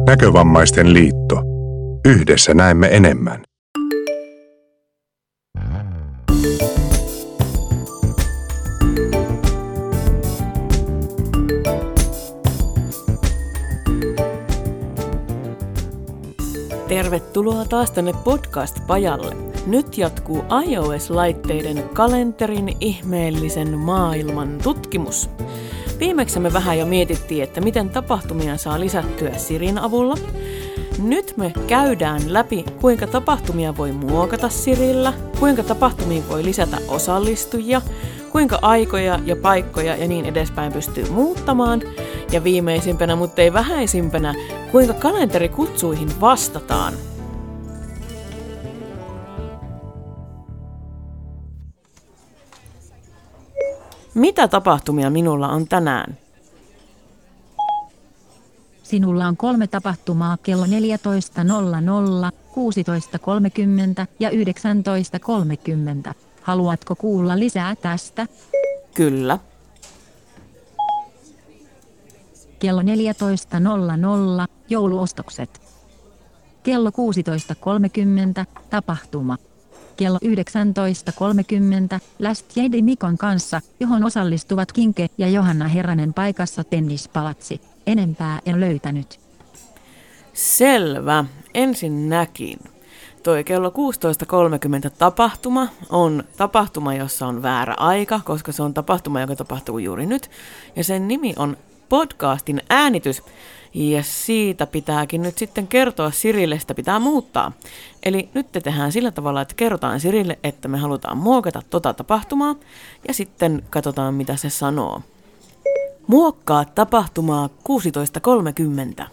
Näkövammaisten liitto. Yhdessä näemme enemmän. Tervetuloa taas tänne podcast-pajalle. Nyt jatkuu iOS-laitteiden kalenterin ihmeellisen maailman tutkimus. Viimeksi me vähän jo mietittiin, että miten tapahtumia saa lisättyä Sirin avulla. Nyt me käydään läpi, kuinka tapahtumia voi muokata Sirillä, kuinka tapahtumiin voi lisätä osallistujia, kuinka aikoja ja paikkoja ja niin edespäin pystyy muuttamaan. Ja viimeisimpänä, mutta ei vähäisimpänä, kuinka kalenterikutsuihin vastataan. Mitä tapahtumia minulla on tänään? Sinulla on 3 tapahtumaa kello 14.00, 16.30 ja 19.30. Haluatko kuulla lisää tästä? Kyllä. Kello 14.00 jouluostokset. Kello 16.30 tapahtuma. Kello 19.30 Last Jedi Mikon kanssa, johon osallistuvat Kinke ja Johanna Herranen paikassa Tennispalatsi. Enempää en löytänyt. Selvä. Ensinnäkin. Toi kello 16.30 tapahtuma on tapahtuma, jossa on väärä aika, koska se on tapahtuma, joka tapahtuu juuri nyt. Ja sen nimi on podcastin äänitys. Ja siitä pitääkin nyt sitten kertoa Sirille, sitä pitää muuttaa. Eli nyt tehdään sillä tavalla, että kerrotaan Sirille, että me halutaan muokata tota tapahtumaa. Ja sitten katsotaan, mitä se sanoo. Muokkaa tapahtumaa 16.30.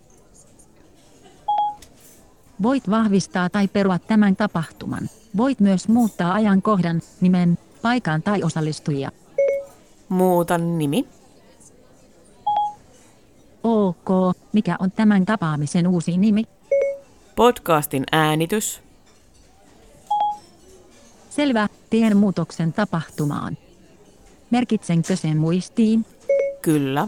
Voit vahvistaa tai perua tämän tapahtuman. Voit myös muuttaa ajankohdan, nimen, paikan tai osallistujia. Muuta nimi. OK, mikä on tämän tapaamisen uusi nimi? Podcastin äänitys. Selvä, teen muutoksen tapahtumaan. Merkitsenkö sen muistiin? Kyllä.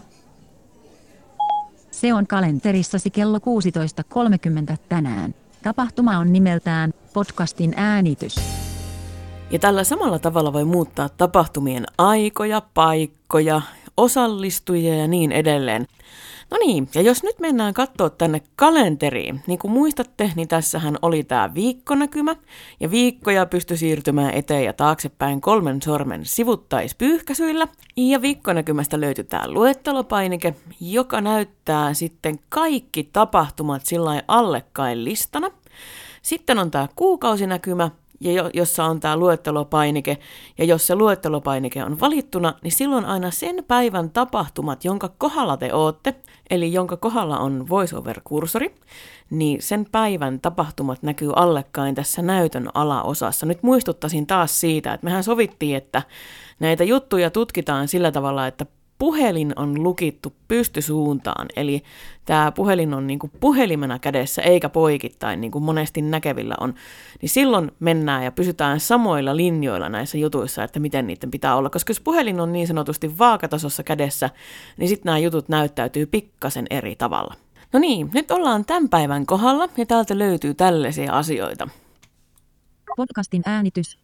Se on kalenterissasi kello 16.30 tänään. Tapahtuma on nimeltään podcastin äänitys. Ja tällä samalla tavalla voi muuttaa tapahtumien aikoja, paikkoja, osallistujia ja niin edelleen. No niin, ja jos nyt mennään katsoa tänne kalenteriin, niin kuin muistatte, niin tässähän oli tämä viikkonäkymä, ja viikkoja pystyi siirtymään eteen ja taaksepäin 3 sormen sivuttaispyyhkäisyillä, ja viikkonäkymästä löytyy tämä luettelopainike, joka näyttää sitten kaikki tapahtumat sillain allekkain listana. Sitten on tämä kuukausinäkymä, jossa on tämä luettelopainike, ja jos se luettelopainike on valittuna, niin silloin aina sen päivän tapahtumat, jonka kohdalla te ootte, eli jonka kohdalla on voiceover-kursori, niin sen päivän tapahtumat näkyy allekkain tässä näytön alaosassa. Nyt muistuttaisin taas siitä, että mehän sovittiin, että näitä juttuja tutkitaan sillä tavalla, että puhelin on lukittu pystysuuntaan, eli tämä puhelin on niin kuin puhelimena kädessä eikä poikittain, niin kuin monesti näkevillä on, niin silloin mennään ja pysytään samoilla linjoilla näissä jutuissa, että miten niiden pitää olla, koska jos puhelin on niin sanotusti vaakatasossa kädessä, niin sitten nämä jutut näyttäytyy pikkasen eri tavalla. No niin, nyt ollaan tämän päivän kohdalla ja täältä löytyy tällaisia asioita. Podcastin äänitys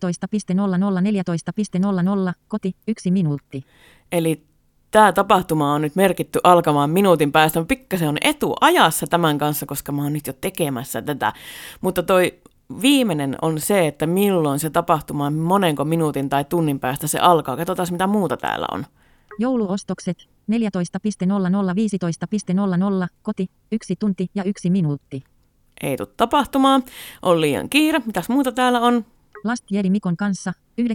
13.00.14.00, koti 1 minuutti. Eli tämä tapahtuma on nyt merkitty alkamaan minuutin päästä. Pikkasen on etuajassa tämän kanssa, koska mä oon nyt jo tekemässä tätä. Mutta toi viimeinen on se, että milloin se tapahtuma, monenko minuutin tai tunnin päästä se alkaa. Katsotaan, mitä muuta täällä on. Jouluostokset 14.00.15.00, koti 1 tunti ja 1 minuutti. Ei tule tapahtumaa, on liian kiire. Mitäs muuta täällä on? Last Jedi Mikon kanssa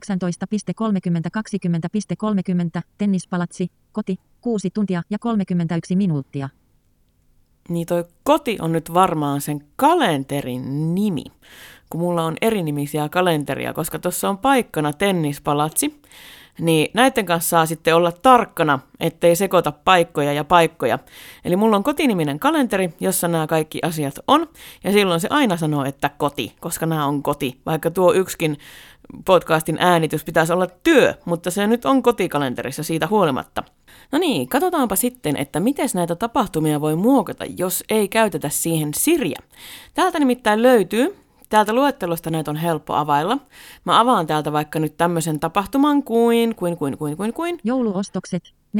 19.30.20.30 Tennispalatsi, koti 6 tuntia ja 31 minuuttia. Niin toi koti on nyt varmaan sen kalenterin nimi, kun mulla on erinimisiä kalenteria, koska tuossa on paikkana Tennispalatsi, niin näiden kanssa saa sitten olla tarkkana, ettei sekoita paikkoja ja paikkoja. Eli mulla on kotiniminen kalenteri, jossa nämä kaikki asiat on, ja silloin se aina sanoo, että koti, koska nämä on koti, vaikka tuo yksikin podcastin äänitys pitäisi olla työ, mutta se nyt on kotikalenterissa siitä huolimatta. No niin, katsotaanpa sitten, että miten näitä tapahtumia voi muokata, jos ei käytetä siihen Siriä. Täältä nimittäin löytyy, täältä luettelosta näitä on helppo availla. Mä avaan täältä vaikka nyt tämmöisen tapahtuman kuin. Jouluostokset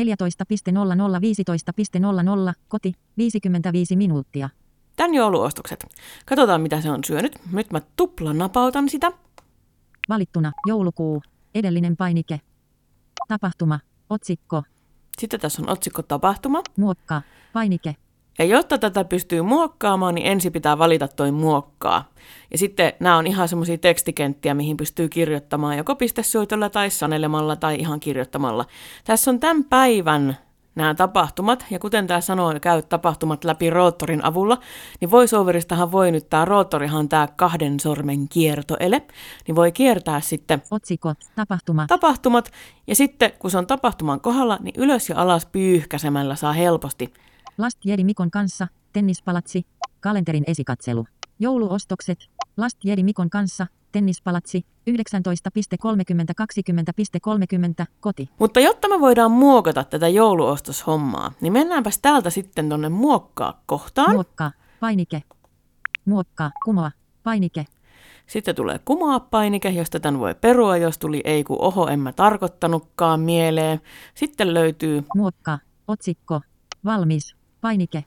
14.00.15.00, koti 55 minuuttia. Tän jouluostokset. Katsotaan mitä se on syönyt. Nyt mä tuplanapautan sitä. Valittuna joulukuu, edellinen painike. Tapahtuma, otsikko, Sitten tässä on otsikko tapahtuma. muokkaa, painike. Ja jotta tätä pystyy muokkaamaan, niin ensin pitää valita toi muokkaa. Ja sitten nämä on ihan semmoisia tekstikenttiä, mihin pystyy kirjoittamaan joko pistesuitolla tai sanelemalla tai ihan kirjoittamalla. Tässä on tämän päivän nämä tapahtumat, ja kuten tämä sanoo, käy tapahtumat läpi roottorin avulla, niin VoiceOveristahan voi nyt, tämä roottorihan on tämä 2 sormen kiertoele, niin voi kiertää sitten Otsikko, tapahtuma, tapahtumat, ja sitten kun se on tapahtuman kohdalla, niin ylös ja alas pyyhkäsemällä saa helposti. Last Jedi Mikon kanssa, tennispalatsi, kalenterin esikatselu. Jouluostokset, Last Jedi Mikon kanssa, tennispalatsi, 19.30.20.30, koti. Mutta jotta me voidaan muokata tätä jouluostoshommaa, niin mennäänpäs täältä sitten tonne muokkaa kohtaan. Muokkaa, painike. Muokkaa, kumoa, painike. Sitten tulee kumoa-painike, josta tämän voi perua, jos tuli ei kun oho, en mä tarkoittanutkaan mieleen. Sitten löytyy, Muokkaa, otsikko, valmis, painike.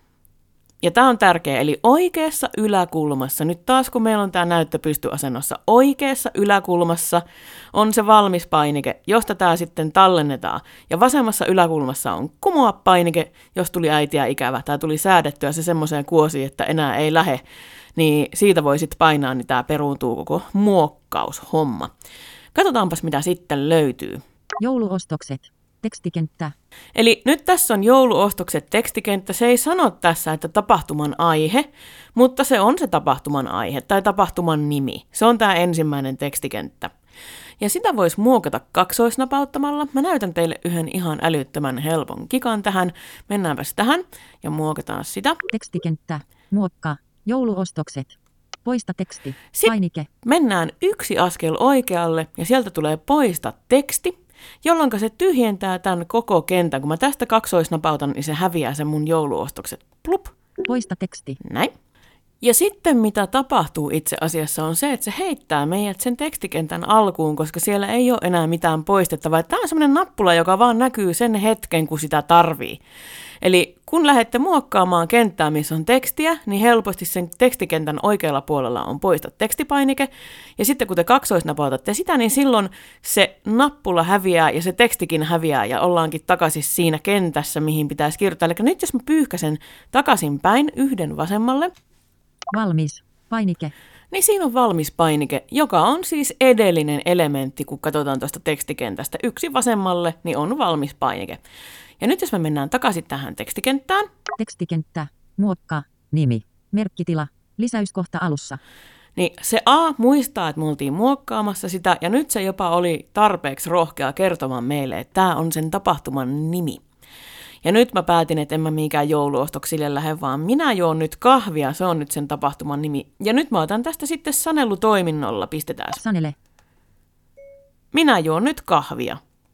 ja tämä on tärkeä, eli oikeassa yläkulmassa, nyt taas kun meillä on tämä näyttö pystyasennossa, oikeassa yläkulmassa on se valmis painike, josta tämä sitten tallennetaan. Ja vasemmassa yläkulmassa on kumoa-painike, jos tuli äitiä ikävä tai tuli säädettyä se semmoiseen kuosiin, että enää ei lähe, niin siitä voi sitten painaa, niin tämä peruuntuu koko muokkaushomma. Katsotaanpas mitä sitten löytyy. Jouluostokset, tekstikenttä. Eli nyt tässä on jouluostokset tekstikenttä. Se ei sano tässä, että tapahtuman aihe, mutta se on se tapahtuman aihe tai tapahtuman nimi. Se on tämä ensimmäinen tekstikenttä. Ja sitä voisi muokata kaksoisnapauttamalla. Mä näytän teille yhden ihan älyttömän helpon kikan tähän. Mennäänpäs tähän ja muokataan sitä. Tekstikenttä, muokkaa, jouluostokset. Poista teksti, Sitten painike. mennään yksi askel oikealle ja sieltä tulee poista teksti, jolloin se tyhjentää tämän koko kentän. Kun mä tästä kaksoisnapautan, niin se häviää sen mun jouluostokset. Plup. Poista teksti. Näin. Ja sitten mitä tapahtuu itse asiassa on se, että se heittää meidät sen tekstikentän alkuun, koska siellä ei ole enää mitään poistettavaa. Tämä on semmoinen nappula, joka vaan näkyy sen hetken, kun sitä tarvii. Eli kun lähdette muokkaamaan kenttää, missä on tekstiä, niin helposti sen tekstikentän oikealla puolella on poista tekstipainike. Ja sitten kun te kaksoisnapautatte sitä, niin silloin se nappula häviää ja se tekstikin häviää ja ollaankin takaisin siinä kentässä, mihin pitäisi kirjoittaa. Eli nyt jos mä pyyhkäsen takaisinpäin yhden vasemmalle, Valmis, painike. niin siinä on valmis painike, joka on siis edellinen elementti, kun katsotaan tuosta tekstikentästä. Yksi vasemmalle, niin on valmis painike. Ja nyt jos me mennään takaisin tähän tekstikenttään, Tekstikenttä, muokkaa, nimi, merkkitila, lisäyskohta alussa. niin se A muistaa, että me oltiin muokkaamassa sitä, ja nyt se jopa oli tarpeeksi rohkea kertomaan meille, että tämä on sen tapahtuman nimi. Ja nyt mä päätin, että en mä mikään jouluostoksille lähde, vaan minä juon nyt kahvia, se on nyt sen tapahtuman nimi. Ja nyt mä otan tästä sitten sanelutoiminnolla, pistetään. Sanele, Minä juon nyt kahvia.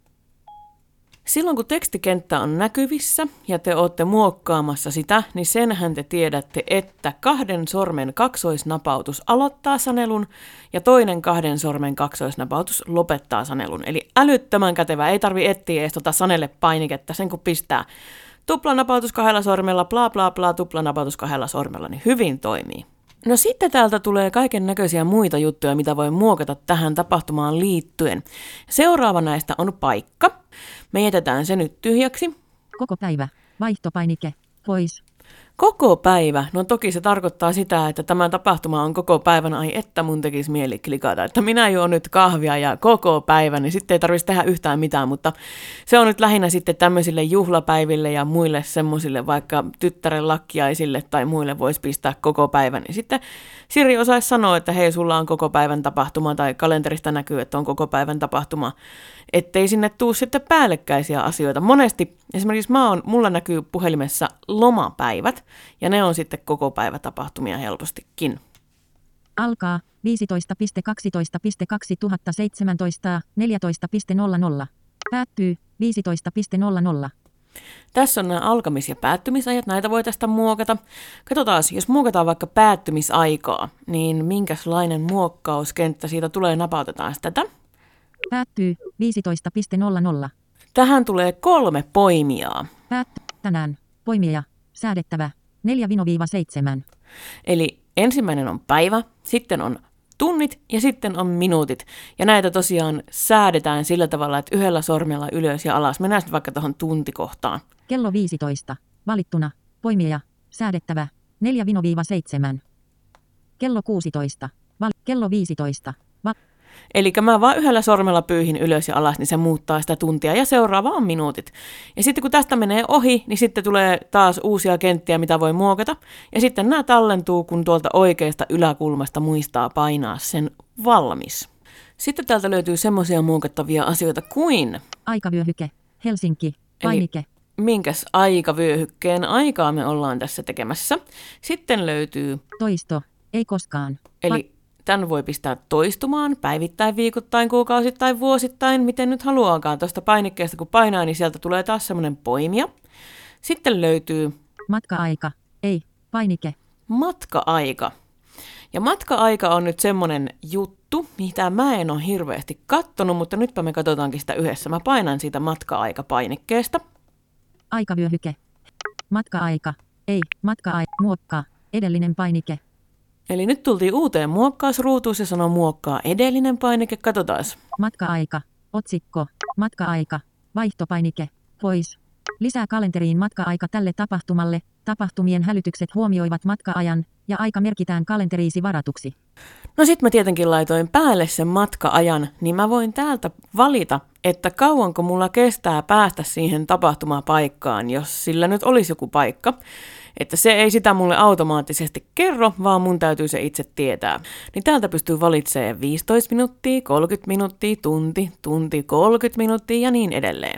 Silloin kun tekstikenttä on näkyvissä ja te olette muokkaamassa sitä, niin senhän te tiedätte, että 2 sormen kaksoisnapautus aloittaa sanelun ja toinen 2 sormen kaksoisnapautus lopettaa sanelun. Eli älyttömän kätevä, ei tarvi etsiä edes sanele-painiketta, sen kun pistää tuplanapautus 2 sormella, bla bla bla, tuplanapautus 2 sormella, niin hyvin toimii. No sitten täältä tulee kaiken näköisiä muita juttuja, mitä voi muokata tähän tapahtumaan liittyen. Seuraava näistä on paikka. Me jätetään se nyt tyhjäksi. koko päivä, vaihtopainike, pois. Koko päivä. No toki se tarkoittaa sitä, että tämä tapahtuma on koko päivän. Ai että mun tekisi mieli klikata, että minä juon nyt kahvia ja koko päivän, niin sitten ei tarvitsisi tehdä yhtään mitään, mutta se on nyt lähinnä sitten tämmöisille juhlapäiville ja muille semmoisille vaikka tyttären lakkiaisille tai muille voisi pistää koko päivän. Niin sitten Siri osaisi sanoa, että hei, sulla on koko päivän tapahtuma tai kalenterista näkyy, että on koko päivän tapahtuma, ettei sinne tuu sitten päällekkäisiä asioita. Monesti esimerkiksi mulla näkyy puhelimessa lomapäivät, ja ne on sitten koko päivä tapahtumia helpostikin. Alkaa, 15.12.2017 14.00. Päättyy 15.00. Tässä on nämä alkamis- ja päättymisajat, näitä voi tästä muokata. Katsotaan, jos muokataan vaikka päättymisaikaa, niin minkälainen muokkauskenttä siitä tulee, napautetaan tätä. Päättyy 15.00. Tähän tulee 3 poimijaa. Tänään. Poimija. Säädettävä. 4-7. Eli ensimmäinen on päivä, sitten on tunnit ja sitten on minuutit. Ja näitä tosiaan säädetään sillä tavalla, että yhdellä sormella ylös ja alas. Mennään sitten vaikka tuohon tuntikohtaan. Kello 15. Valittuna. Poimija. Säädettävä. 4-7. Kello 16. Kello 15. Eli mä vaan yhdellä sormella pyyhin ylös ja alas, niin se muuttaa sitä tuntia ja seuraava on minuutit. Ja sitten kun tästä menee ohi, niin sitten tulee taas uusia kenttiä, mitä voi muokata. Ja sitten nämä tallentuu, kun tuolta oikeasta yläkulmasta muistaa painaa sen valmis. Sitten täältä löytyy semmoisia muokattavia asioita kuin aikavyöhyke. Helsinki. Painike. Eli minkäs aikavyöhykkeen aikaa me ollaan tässä tekemässä. Sitten löytyy toisto. Ei koskaan. Eli tämän voi pistää toistumaan päivittäin, viikoittain, kuukausittain, vuosittain, miten nyt haluaakaan. Tuosta painikkeesta kun painaa, niin sieltä tulee taas semmoinen poimija. Sitten löytyy matka-aika. Ei. Painike. Matka-aika. Ja matka-aika on nyt semmoinen juttu, mitä mä en ole hirveästi kattonut, mutta nytpä me katsotaankin sitä yhdessä. Mä painan siitä matka-aika-painikkeesta. Aikavyöhyke. Matka-aika. Ei. Matka-aika. Muokkaa. Edellinen painike. Eli nyt tultiin uuteen muokkausruutuun, se sanoo muokkaa edellinen painike, katsotaan. Matka-aika, otsikko, matka-aika, vaihtopainike, pois. Lisää kalenteriin matka-aika tälle tapahtumalle, tapahtumien hälytykset huomioivat matka-ajan ja aika merkitään kalenteriisi varatuksi. No sit mä tietenkin laitoin päälle sen matka-ajan, niin mä voin täältä valita, että kauanko mulla kestää päästä siihen tapahtumapaikkaan, jos sillä nyt olisi joku paikka. Että se ei sitä mulle automaattisesti kerro, vaan mun täytyy se itse tietää. Niin täältä pystyy valitsemaan 15 minuuttia, 30 minuuttia, tunti 30 minuuttia ja niin edelleen.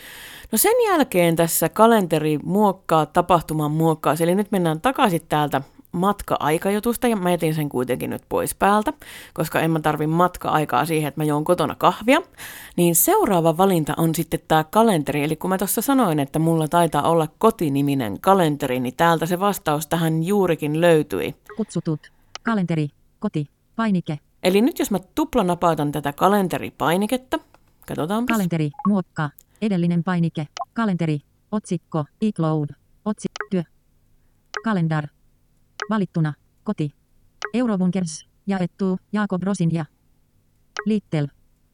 No sen jälkeen tässä kalenteri muokkaa, tapahtuman muokkaus, eli nyt mennään takaisin täältä matka-aikajutusta, ja mä jätin sen kuitenkin nyt pois päältä, koska en mä tarvi matka-aikaa siihen, että mä joon kotona kahvia. Niin seuraava valinta on sitten tää kalenteri, eli kun mä tuossa sanoin, että mulla taitaa olla kotiniminen kalenteri, niin täältä se vastaus tähän juurikin löytyi. Kutsutut, kalenteri, koti, painike. Eli nyt jos mä tuplanapautan tätä kalenteripainiketta, katsotaanpas. Kalenteri, muokkaa, edellinen painike, kalenteri, otsikko, iCloud, työ, kalendar. Valittuna, koti. Eurobunkers, jaettu, Jakob Rosin ja Littel.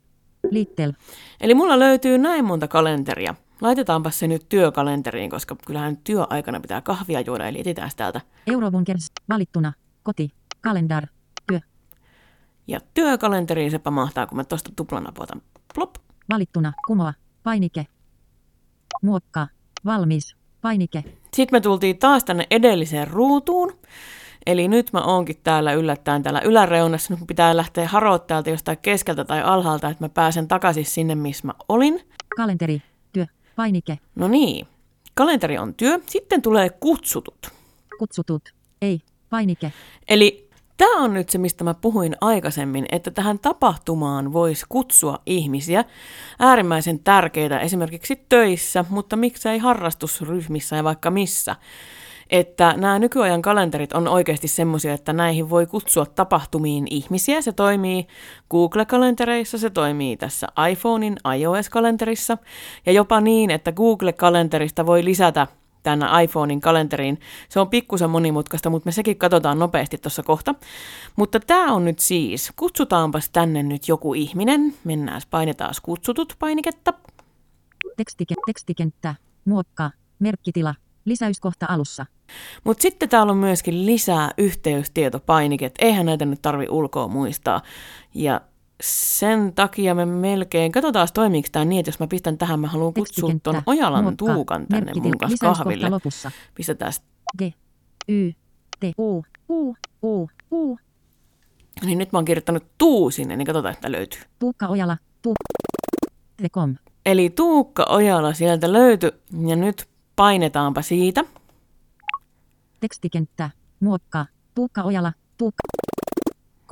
Eli mulla löytyy näin monta kalenteria. Laitetaanpa se nyt työkalenteriin, koska kyllähän työaikana pitää kahvia juoda, eli etsitään täältä. Eurobunkers, valittuna, koti, kalendar, työ. Ja työkalenteriin sepä mahtaa, kun mä tosta tuplanapuotan. Plop. Valittuna, kumoa, painike. Muokkaa, valmis, painike. Sitten me tultiin taas tänne edelliseen ruutuun. Eli nyt mä oonkin täällä yllättäen täällä yläreunassa. Nyt pitää lähteä haroa täältä jostain keskeltä tai alhaalta, että mä pääsen takaisin sinne, missä mä olin. Kalenteri, työ, painike. No niin, kalenteri on työ. Sitten tulee kutsutut. Kutsutut, ei, painike. Eli tämä on nyt se, mistä mä puhuin aikaisemmin, että tähän tapahtumaan voisi kutsua ihmisiä. Äärimmäisen tärkeitä esimerkiksi töissä, mutta miksei harrastusryhmissä ja vaikka missä. Että nämä nykyajan kalenterit on oikeasti semmoisia, että näihin voi kutsua tapahtumiin ihmisiä. Se toimii Google-kalentereissa, se toimii tässä iPhonein iOS-kalenterissa ja jopa niin, että Google-kalenterista voi lisätä tänne iPhonein kalenteriin. Se on pikkusen monimutkaista, mutta me sekin katsotaan nopeasti tuossa kohta. Mutta tämä on nyt siis, kutsutaanpas tänne nyt joku ihminen. Mennään, painetaan kutsutut painiketta. Tekstikenttä, muokkaa, merkkitila, lisäyskohta alussa. Mutta sitten täällä on myöskin lisää yhteystietopainikkeet. Eihän näitä nyt tarvi ulkoa muistaa. Ja sen takia me melkein, katsotaan toimiiko tämä niin, että jos mä pistän tähän, mä haluan kutsua ton Ojalan Tuukan tänne mun kanssa kahville. Lopussa. Pistetään G, Y, T, U, U, U, U. Niin nyt mä oon kirjoittanut Tuu sinne, niin katsotaan, että löytyy. Tuukka Ojala, Tuukka.com. Eli Tuukka Ojala sieltä löytyi, ja nyt painetaanpa siitä. Tekstikenttä, muokkaa, Tuukka Ojala, Tuukka.com.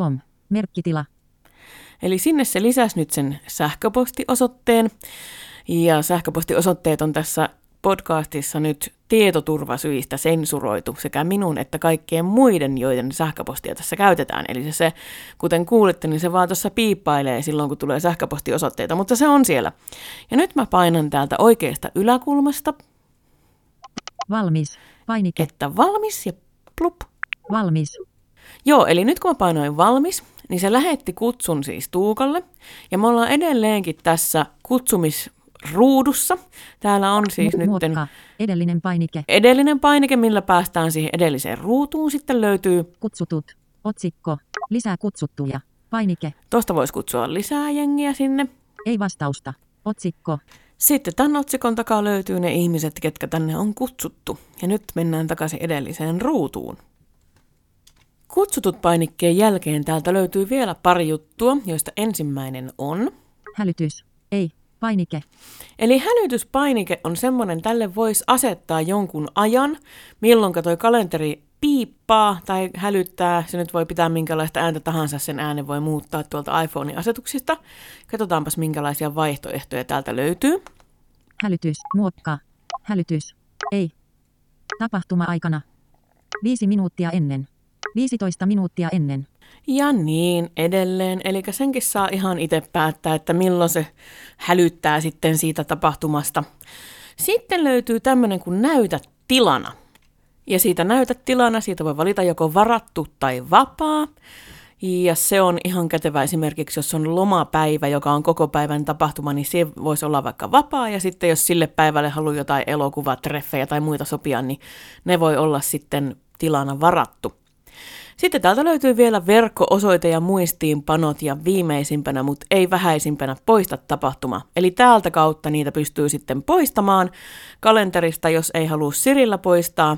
Merkkitila. Eli sinne se lisäsi nyt sen sähköpostiosoitteen. Ja sähköpostiosoitteet on tässä podcastissa nyt tietoturvasyistä sensuroitu sekä minun että kaikkien muiden, joiden sähköpostia tässä käytetään. Eli se kuten kuulitte, niin se vaan tuossa piippailee silloin, kun tulee sähköpostiosoitteita, mutta se on siellä. Ja nyt mä painan täältä oikeasta yläkulmasta, Valmis. Painike. että valmis ja plup. Valmis. Joo, eli nyt kun mä painoin valmis, niin se lähetti kutsun siis Tuukalle. Ja me ollaan edelleenkin tässä kutsumisruudussa. Täällä on siis nyt Muokkaa. Edellinen painike. edellinen painike, millä päästään siihen edelliseen ruutuun. Sitten löytyy, Kutsutut. Otsikko. Lisää kutsuttuja. Painike. tuosta voisi kutsua lisää jengiä sinne. Ei vastausta. Otsikko. Sitten tämän otsikon takaa löytyy ne ihmiset, ketkä tänne on kutsuttu. Ja nyt mennään takaisin edelliseen ruutuun. Kutsutut painikkeen jälkeen täältä löytyy vielä pari juttua, joista ensimmäinen on. Hälytys. Ei. Painike. Eli hälytyspainike on semmoinen, tälle voisi asettaa jonkun ajan, milloin toi kalenteri piippaa tai hälyttää. Se nyt voi pitää minkälaista ääntä tahansa, sen äänen voi muuttaa tuolta iPhone-asetuksista. Katsotaanpas minkälaisia vaihtoehtoja täältä löytyy. Hälytys. Muokkaa. Hälytys. Ei. Tapahtuma-aikana. 5 minuuttia ennen. 15 minuuttia ennen. Ja niin edelleen, eli senkin saa ihan itse päättää, että milloin se hälyttää sitten siitä tapahtumasta. Sitten löytyy tämmöinen kuin näytä tilana. Ja siitä näytä tilana, siitä voi valita joko varattu tai vapaa. Ja se on ihan kätevä esimerkiksi, jos on lomapäivä, joka on koko päivän tapahtuma, niin se voisi olla vaikka vapaa. Ja sitten jos sille päivälle haluaa jotain elokuvatreffejä tai muita sopia, niin ne voi olla sitten tilana varattu. Sitten täältä löytyy vielä verkko-osoite ja muistiinpanot ja viimeisimpänä, mutta ei vähäisimpänä poista tapahtuma. Eli täältä kautta niitä pystyy sitten poistamaan kalenterista, jos ei halua Sirillä poistaa.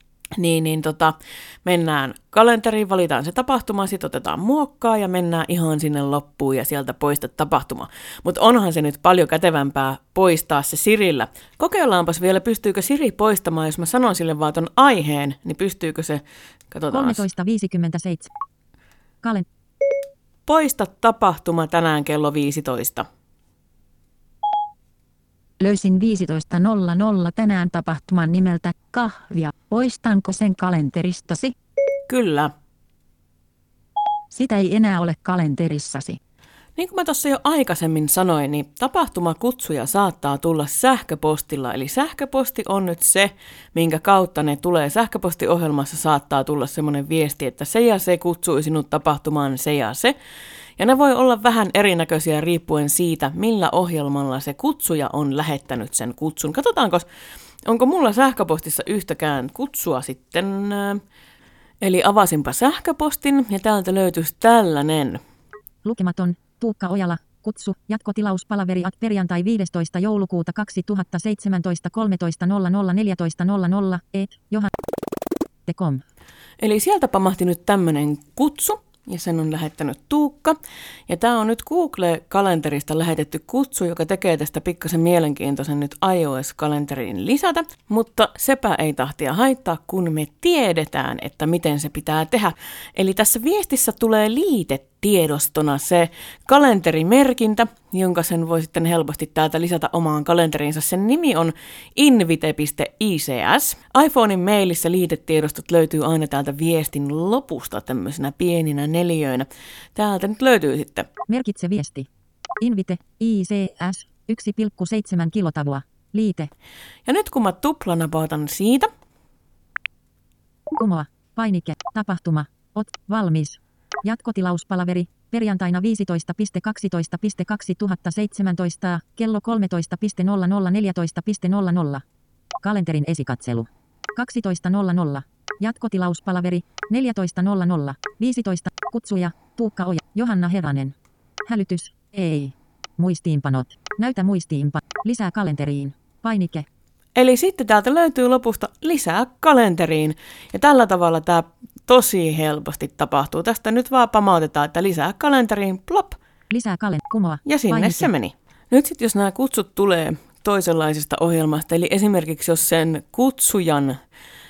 Mennään kalenteriin, valitaan se tapahtuma, sitten otetaan muokkaa ja mennään ihan sinne loppuun ja sieltä poista tapahtuma. Mutta onhan se nyt paljon kätevämpää poistaa se Sirillä. Kokeillaanpas vielä, pystyykö Siri poistamaan, jos mä sanon sille vaan ton aiheen, niin pystyykö se, katsotaan. 13.57. Poista tapahtuma tänään kello 15. Löysin 15.00 tänään tapahtuman nimeltä kahvia. Poistanko sen kalenteristasi? Kyllä. Sitä ei enää ole kalenterissasi. Niin kuin mä tuossa jo aikaisemmin sanoin, niin tapahtumakutsuja saattaa tulla sähköpostilla. Eli sähköposti on nyt se, minkä kautta ne tulee. Sähköpostiohjelmassa saattaa tulla semmoinen viesti, että se ja se kutsui sinut tapahtumaan se ja se. Ja ne voi olla vähän erinäköisiä riippuen siitä, millä ohjelmalla se kutsuja on lähettänyt sen kutsun. Katsotaanko, onko mulla sähköpostissa yhtäkään kutsua sitten. Eli avasinpa sähköpostin ja täältä löytyisi tällainen. Lukematon. Tuukka Ojala. Kutsu. Jatkotilauspalaveri at perjantai 15. joulukuuta 2017 13.00 et johan.com. Eli sieltä pamahti nyt tämmöinen kutsu. Ja sen on lähettänyt Tuukka. Ja tämä on nyt Google-kalenterista lähetetty kutsu, joka tekee tästä pikkasen mielenkiintoisen nyt iOS-kalenteriin lisätä. Mutta sepä ei tahtia haittaa, kun me tiedetään, että miten se pitää tehdä. Eli tässä viestissä tulee liitetiedostona se kalenterimerkintä, jonka sen voi sitten helposti täältä lisätä omaan kalenteriinsa. Sen nimi on invite.ics. iPhonein mailissa liitetiedostot löytyy aina täältä viestin lopusta tämmöisenä pieninä neliöinä. Täältä nyt löytyy sitten. Merkitse viesti. Invite. ICS. 1,7 kilotavua. Liite. Ja nyt kun mä tuplanapautan siitä, Kumoa. Painike. Tapahtuma. Valmis. Jatkotilauspalaveri. Perjantaina 15.12.2017 kello 13.0014.00. Kalenterin esikatselu. 12.00. Jatkotilauspalaveri. 14.00. 15. Kutsuja. Tuukka Oja. Johanna Heranen. Hälytys. Ei. Muistiinpanot. Näytä muistiinpa. Lisää kalenteriin. Painike. eli sitten täältä löytyy lopusta lisää kalenteriin. Ja tällä tavalla tämä tosi helposti tapahtuu. Tästä nyt vaan pamautetaan, että lisää kalenteriin, plop, Lisää kumoa. ja sinne Painike. se meni. Nyt sitten jos nämä kutsut tulee toisenlaisesta ohjelmasta, eli esimerkiksi jos sen kutsujan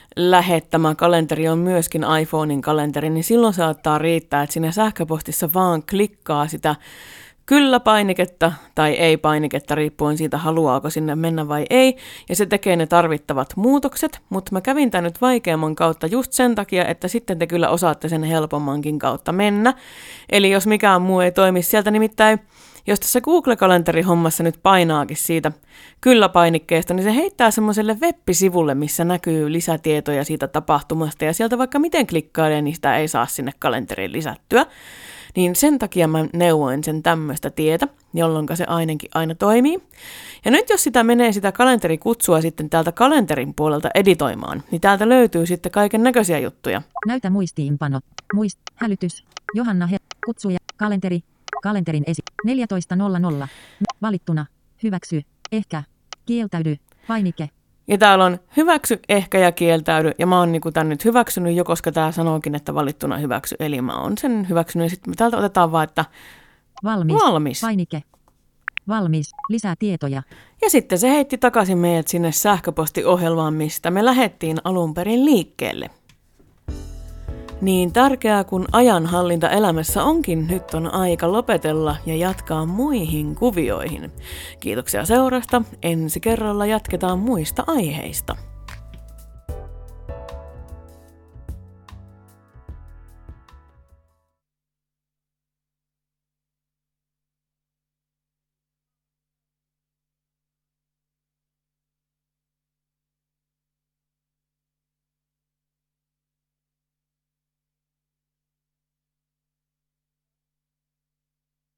lähettämä kalenteri on myöskin iPhonein kalenteri, niin silloin saattaa riittää, että siinä sähköpostissa vaan klikkaa sitä kyllä-painiketta tai ei-painiketta, riippuen siitä, haluaako sinne mennä vai ei, ja se tekee ne tarvittavat muutokset, mutta mä kävin tämän nyt vaikeamman kautta just sen takia, että sitten te kyllä osaatte sen helpommankin kautta mennä. Eli jos mikään muu ei toimi sieltä, nimittäin jos tässä Google-kalenterihommassa nyt painaakin siitä kyllä-painikkeesta, niin se heittää semmoiselle web-sivulle, missä näkyy lisätietoja siitä tapahtumasta, ja sieltä vaikka miten klikkailee, niin sitä ei saa sinne kalenteriin lisättyä. Niin sen takia mä neuvoin sen tämmöistä tietä, jolloin se ainakin aina toimii. Ja nyt jos sitä menee sitä kalenterikutsua sitten täältä kalenterin puolelta editoimaan, niin täältä löytyy sitten kaiken näköisiä juttuja. Näytä muistiinpano. Hälytys. Johanna kutsuja. Kalenteri. Kalenterin 14.00. Valittuna. Hyväksy. Ehkä. Kieltäydy. Painike. Ja täällä on hyväksy, ehkä ja kieltäydy. Ja mä oon niinku tän nyt hyväksynyt jo, koska tää sanookin, että valittuna hyväksy. Eli mä oon sen hyväksynyt. Ja sitten täältä otetaan vaan, että valmis. Painike. Valmis. Lisää tietoja. Ja sitten se heitti takaisin meidät sinne sähköpostiohjelmaan, mistä me lähdettiin alun perin liikkeelle. Niin tärkeää kuin ajanhallinta elämässä onkin, nyt on aika lopetella ja jatkaa muihin kuvioihin. Kiitoksia seurasta. Ensi kerralla jatketaan muista aiheista.